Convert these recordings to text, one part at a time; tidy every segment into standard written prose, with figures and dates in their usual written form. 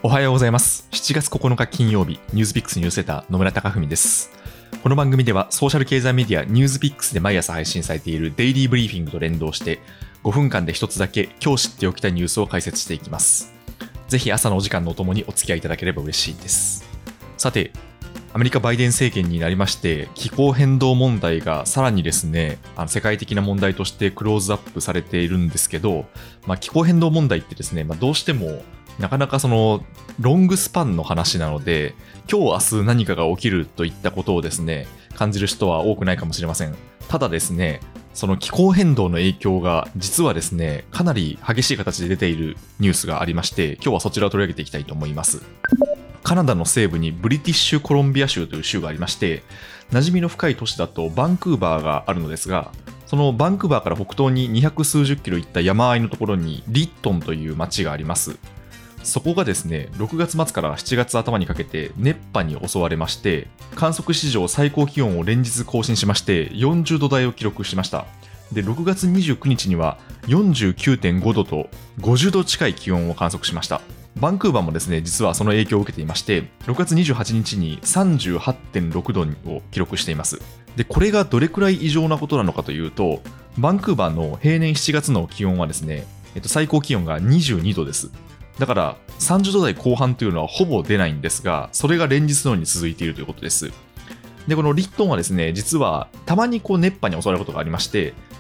おはようございます。7月9日金曜日、ニュースピックスニュースレター野村貴文です。この番組ではソーシャル経済メディアニュースピックスで毎朝配信されているデイリーブリーフィングと連動して5分間で一つだけ今日知っておきたいニュースを解説していきます。ぜひ朝のお時間のおともにお付き合いいただければ嬉しいです。さて、アメリカバイデン政権になりまして気候変動問題がさらにですね、世界的な問題としてクローズアップされているんですけど、気候変動問題ってですね、どうしてもなかなかそのロングスパンの話なので、今日明日何かが起きるといったことをですね感じる人は多くないかもしれません。ただですね、その気候変動の影響が実はですねかなり激しい形で出ているニュースがありまして、今日はそちらを取り上げていきたいと思います。カナダの西部にブリティッシュコロンビア州という州がありまして、馴染みの深い都市だとバンクーバーがあるのですが、そのバンクーバーから北東に200数十キロ行った山あいのところにリットンという町があります。そこがですね、6月末から7月頭にかけて熱波に襲われまして、観測史上最高気温を連日更新しまして40度台を記録しました。で、6月29日には 49.5 度と50度近い気温を観測しました。バンクーバーもですね、実はその影響を受けていまして、6月28日に 38.6 度を記録しています。で、これがどれくらい異常なことなのかというと、バンクーバーの平年7月の気温はですね、最高気温が22度です。だから30度台後半というのはほぼ出ないんですが、それが連日のように続いているということです。で、このリットンはですね、実はたまに熱波に襲われることがありまして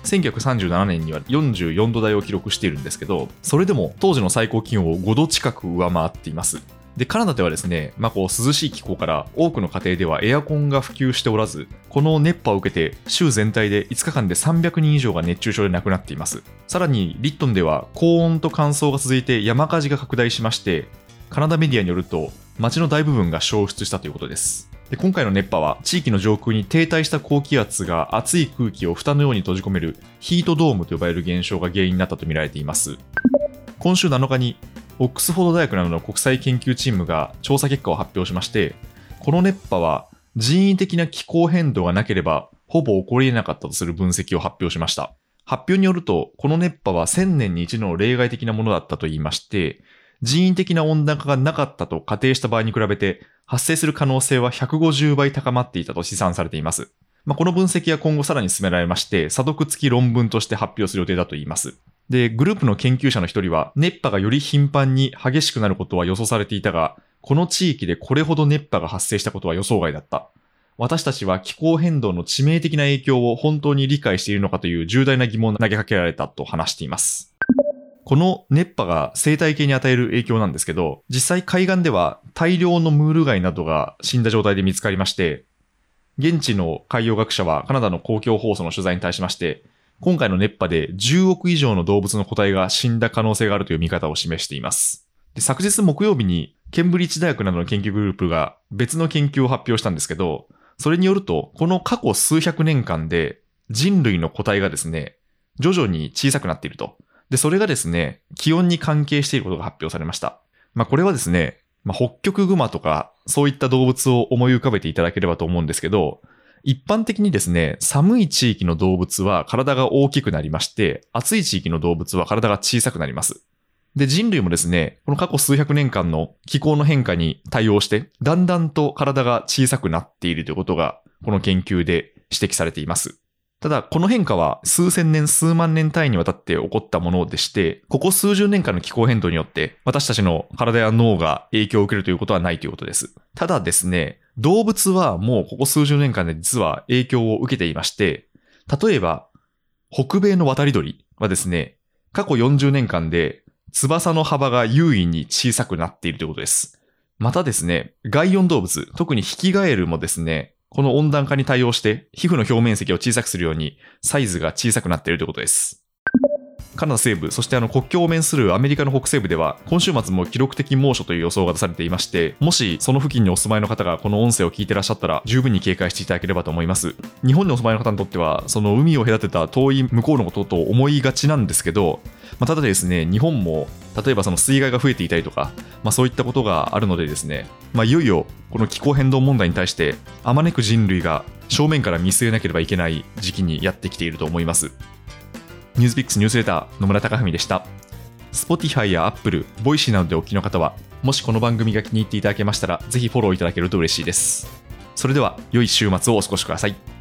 、1937年には44度台を記録しているんですけど、それでも当時の最高気温を5度近く上回っています。で、カナダではですね、涼しい気候から多くの家庭ではエアコンが普及しておらず、この熱波を受けて州全体で5日間で300人以上が熱中症で亡くなっています。さらにリットンでは高温と乾燥が続いて山火事が拡大しまして、カナダメディアによると町の大部分が焼失したということです。で、今回の熱波は地域の上空に停滞した高気圧が熱い空気を蓋のように閉じ込めるヒートドームと呼ばれる現象が原因になったと見られています。今週7日にオックスフォード大学などの国際研究チームが調査結果を発表しまして、この熱波は人為的な気候変動がなければほぼ起こり得なかったとする分析を発表しました。発表によると、この熱波は1000年に一度の例外的なものだったと言いまして、人為的な温暖化がなかったと仮定した場合に比べて発生する可能性は150倍高まっていたと試算されています。この分析は今後さらに進められまして、査読付き論文として発表する予定だと言います。で、グループの研究者の一人は、熱波がより頻繁に激しくなることは予想されていたが、この地域でこれほど熱波が発生したことは予想外だった。私たちは気候変動の致命的な影響を本当に理解しているのかという重大な疑問を投げかけられたと話しています。この熱波が生態系に与える影響なんですけど、実際海岸では大量のムール貝などが死んだ状態で見つかりまして、現地の海洋学者はカナダの公共放送の取材に対しまして、今回の熱波で10億以上の動物の個体が死んだ可能性があるという見方を示しています。で、昨日木曜日にケンブリッジ大学などの研究グループが別の研究を発表したんですけど、それによると、この過去数百年間で人類の個体がですね、徐々に小さくなっていると。で、それがですね、気温に関係していることが発表されました。これはですね、ホッキョクグマとかそういった動物を思い浮かべていただければと思うんですけど、一般的にですね、寒い地域の動物は体が大きくなりまして、暑い地域の動物は体が小さくなります。で、人類もですね、この過去数百年間の気候の変化に対応して、だんだんと体が小さくなっているということが、この研究で指摘されています。ただ、この変化は数千年、数万年単位にわたって起こったものでして、ここ数十年間の気候変動によって、私たちの体や脳が影響を受けるということはないということです。ただですね、動物はもうここ数十年間で実は影響を受けていまして、例えば、北米の渡り鳥はですね、過去40年間で翼の幅が優位に小さくなっているということです。またですね、外温動物、特にヒキガエルもですね、この温暖化に対応して皮膚の表面積を小さくするようにサイズが小さくなっているということです。カナダ西部、そして国境を面するアメリカの北西部では今週末も記録的猛暑という予想が出されていまして、もしその付近にお住まいの方がこの音声を聞いてらっしゃったら十分に警戒していただければと思います。日本にお住まいの方にとってはその海を隔てた遠い向こうのことと思いがちなんですけど、ただですね、日本も例えばその水害が増えていたりとか、そういったことがあるのでですね、いよいよこの気候変動問題に対してあまねく人類が正面から見据えなければいけない時期にやってきていると思います。ニュースピックスニュースレター野村貴文でした。 Spotify や Apple、Voicy などでお聞きの方は、もしこの番組が気に入っていただけましたら、ぜひフォローいただけると嬉しいです。それでは、良い週末をお過ごしください。